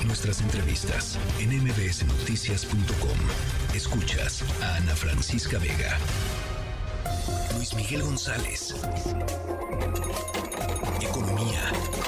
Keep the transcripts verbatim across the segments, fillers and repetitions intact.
nuestras entrevistas en eme be ese noticias punto com. Escuchas a Ana Francisca Vega. Luis Miguel González. Economía.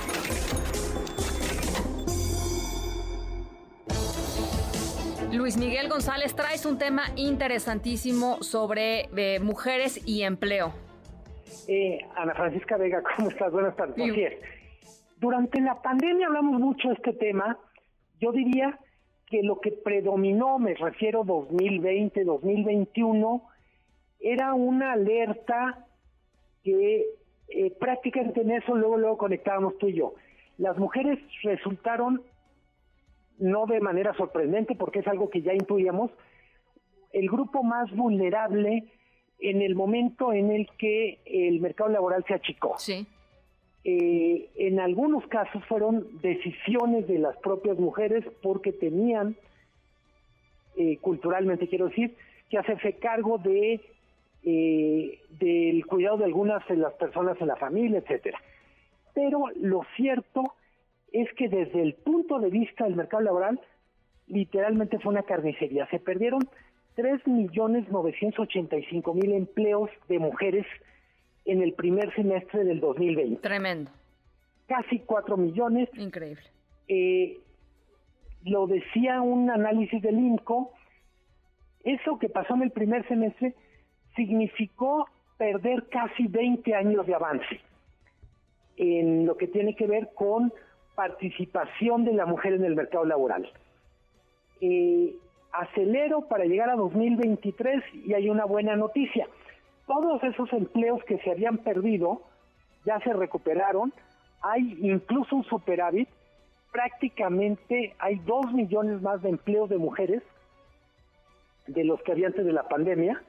Luis Miguel González, traes un tema interesantísimo sobre eh, mujeres y empleo. Eh, Ana Francisca Vega, ¿cómo estás? Buenas tardes. Sí. Así es. Durante la pandemia hablamos mucho de este tema. Yo diría que lo que predominó, me refiero dos mil veinte, dos mil veintiuno, era una alerta que eh, prácticamente en eso luego, luego conectábamos tú y yo. Las mujeres resultaron, no de manera sorprendente, porque es algo que ya intuíamos, el grupo más vulnerable en el momento en el que el mercado laboral se achicó. Sí. Eh, en algunos casos fueron decisiones de las propias mujeres porque tenían, eh, culturalmente quiero decir, que hacerse cargo de eh, del cuidado de algunas de las personas en la familia, etcétera. Pero lo cierto es que desde el punto de vista del mercado laboral, literalmente fue una carnicería. Se perdieron tres millones novecientos ochenta y cinco mil empleos de mujeres en el primer semestre del dos mil veinte. Tremendo. Casi cuatro millones. Increíble. Eh, lo decía un análisis del INCO, eso que pasó en el primer semestre significó perder casi veinte años de avance en lo que tiene que ver con participación de la mujer en el mercado laboral. Eh, acelero para llegar a dos mil veintitrés y hay una buena noticia. Todos esos empleos que se habían perdido ya se recuperaron. Hay incluso un superávit. Prácticamente hay dos millones más de empleos de mujeres de los que había antes de la pandemia.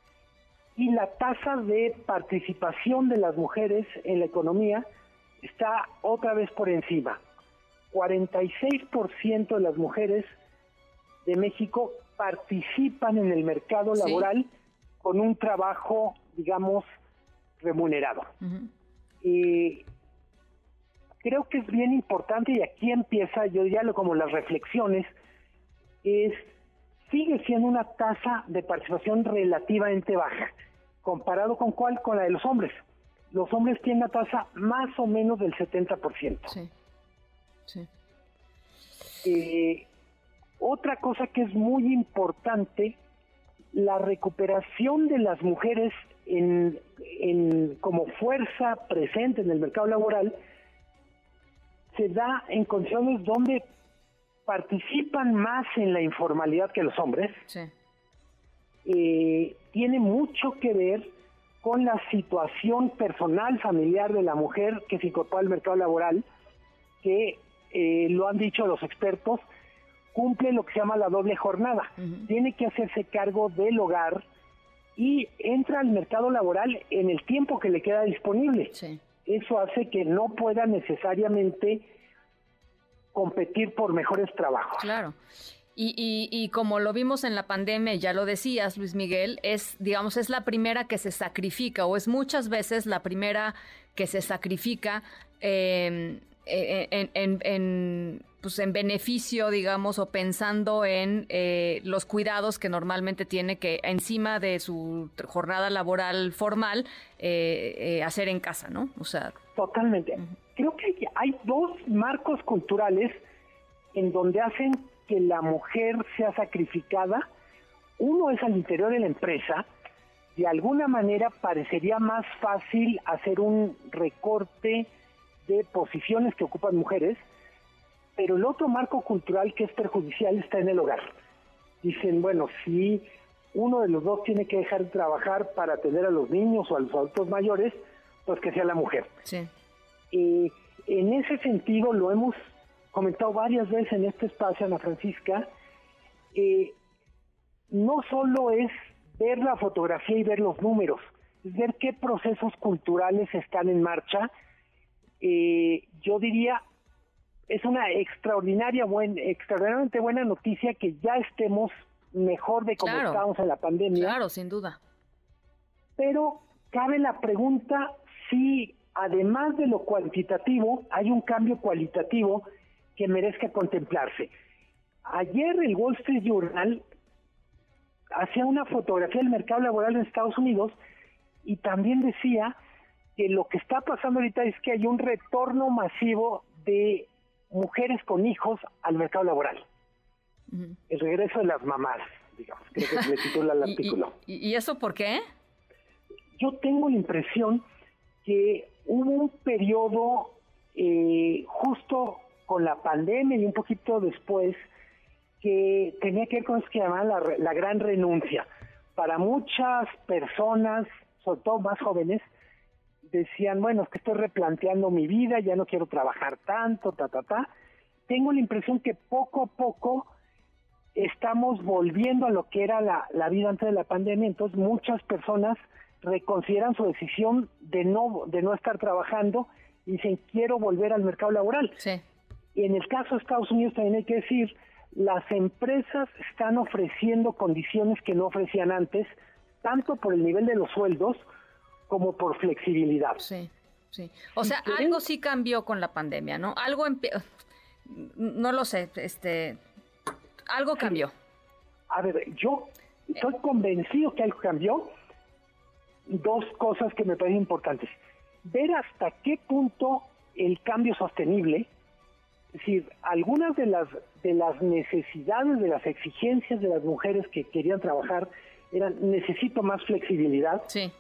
Y la tasa de participación de las mujeres en la economía está otra vez por encima. cuarenta y seis por ciento de las mujeres de México participan en el mercado laboral, sí, con un trabajo, digamos, remunerado. Uh-huh. Y creo que es bien importante, y aquí empieza, yo ya lo como las reflexiones, es, sigue siendo una tasa de participación relativamente baja, comparado con cuál, con la de los hombres. Los hombres tienen una tasa más o menos del setenta por ciento. Sí, sí. Eh, otra cosa que es muy importante, la recuperación de las mujeres en, en como fuerza presente en el mercado laboral se da en condiciones donde participan más en la informalidad que los hombres. Sí. Eh, tiene mucho que ver con la situación personal, familiar de la mujer que se incorpora al mercado laboral, que eh, lo han dicho los expertos, cumple lo que se llama la doble jornada. Uh-huh. Tiene que hacerse cargo del hogar y entra al mercado laboral en el tiempo que le queda disponible. Sí. Eso hace que no pueda necesariamente competir por mejores trabajos. Claro. Y, y, y como lo vimos en la pandemia, ya lo decías, Luis Miguel, es, digamos, es la primera que se sacrifica, o es muchas veces la primera que se sacrifica eh, en, en, en, pues en beneficio, digamos, o pensando en eh, los cuidados que normalmente tiene que, encima de su jornada laboral formal, eh, eh, hacer en casa, ¿no? O sea, totalmente. Uh-huh. Creo que hay, hay dos marcos culturales en donde hacen que la mujer sea sacrificada. Uno es al interior de la empresa. De alguna manera parecería más fácil hacer un recorte de posiciones que ocupan mujeres, pero el otro marco cultural que es perjudicial está en el hogar. Dicen, bueno, si uno de los dos tiene que dejar de trabajar para atender a los niños o a los adultos mayores, pues que sea la mujer. Sí. Eh, en ese sentido, lo hemos comentado varias veces en este espacio, Ana Francisca, eh, no solo es ver la fotografía y ver los números, es ver qué procesos culturales están en marcha. Eh, yo diría, es una extraordinaria buen, extraordinariamente buena noticia que ya estemos mejor de como claro, estábamos en la pandemia. Claro, sin duda. Pero cabe la pregunta si, además de lo cuantitativo, hay un cambio cualitativo que merezca contemplarse. Ayer el Wall Street Journal hacía una fotografía del mercado laboral en Estados Unidos y también decía que lo que está pasando ahorita es que hay un retorno masivo de mujeres con hijos al mercado laboral. Uh-huh. El regreso de las mamás, digamos, creo que se le titula el artículo. ¿Y, y, ¿Y eso por qué? Yo tengo la impresión que hubo un periodo eh, justo con la pandemia y un poquito después que tenía que ver con eso que llamaban la, la gran renuncia. Para muchas personas, sobre todo más jóvenes, decían, bueno, es que estoy replanteando mi vida, ya no quiero trabajar tanto, ta, ta, ta. Tengo la impresión que poco a poco estamos volviendo a lo que era la, la vida antes de la pandemia, entonces muchas personas reconsideran su decisión de no, de no estar trabajando y dicen, quiero volver al mercado laboral. Sí. Y en el caso de Estados Unidos también hay que decir, las empresas están ofreciendo condiciones que no ofrecían antes, tanto por el nivel de los sueldos como por flexibilidad. Sí, sí. O sea, ¿sí? Algo sí cambió con la pandemia, ¿no? Algo, empe- no lo sé, este, algo cambió. Sí. A ver, yo estoy convencido que algo cambió. Dos cosas que me parecen importantes. Ver hasta qué punto el cambio sostenible, es decir, algunas de las de las necesidades, de las exigencias de las mujeres que querían trabajar eran, necesito más flexibilidad. Sí.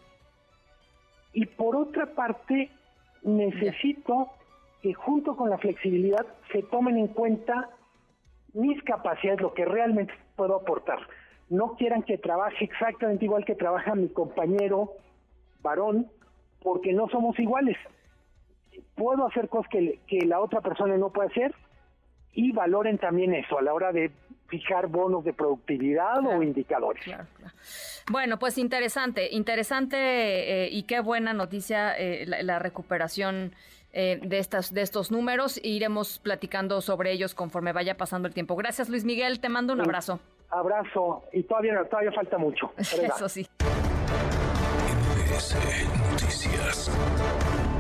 Y por otra parte, necesito que junto con la flexibilidad se tomen en cuenta mis capacidades, lo que realmente puedo aportar. No quieran que trabaje exactamente igual que trabaja mi compañero varón, porque no somos iguales. Puedo hacer cosas que, que la otra persona no puede hacer, y valoren también eso a la hora de fijar bonos de productividad, claro, o indicadores. Claro, claro. Bueno, pues interesante, interesante eh, y qué buena noticia eh, la, la recuperación eh, de estas de estos números. Iremos platicando sobre ellos conforme vaya pasando el tiempo. Gracias, Luis Miguel, te mando un abrazo. Un abrazo, y todavía, todavía falta mucho. Eso sí. M B S Noticias.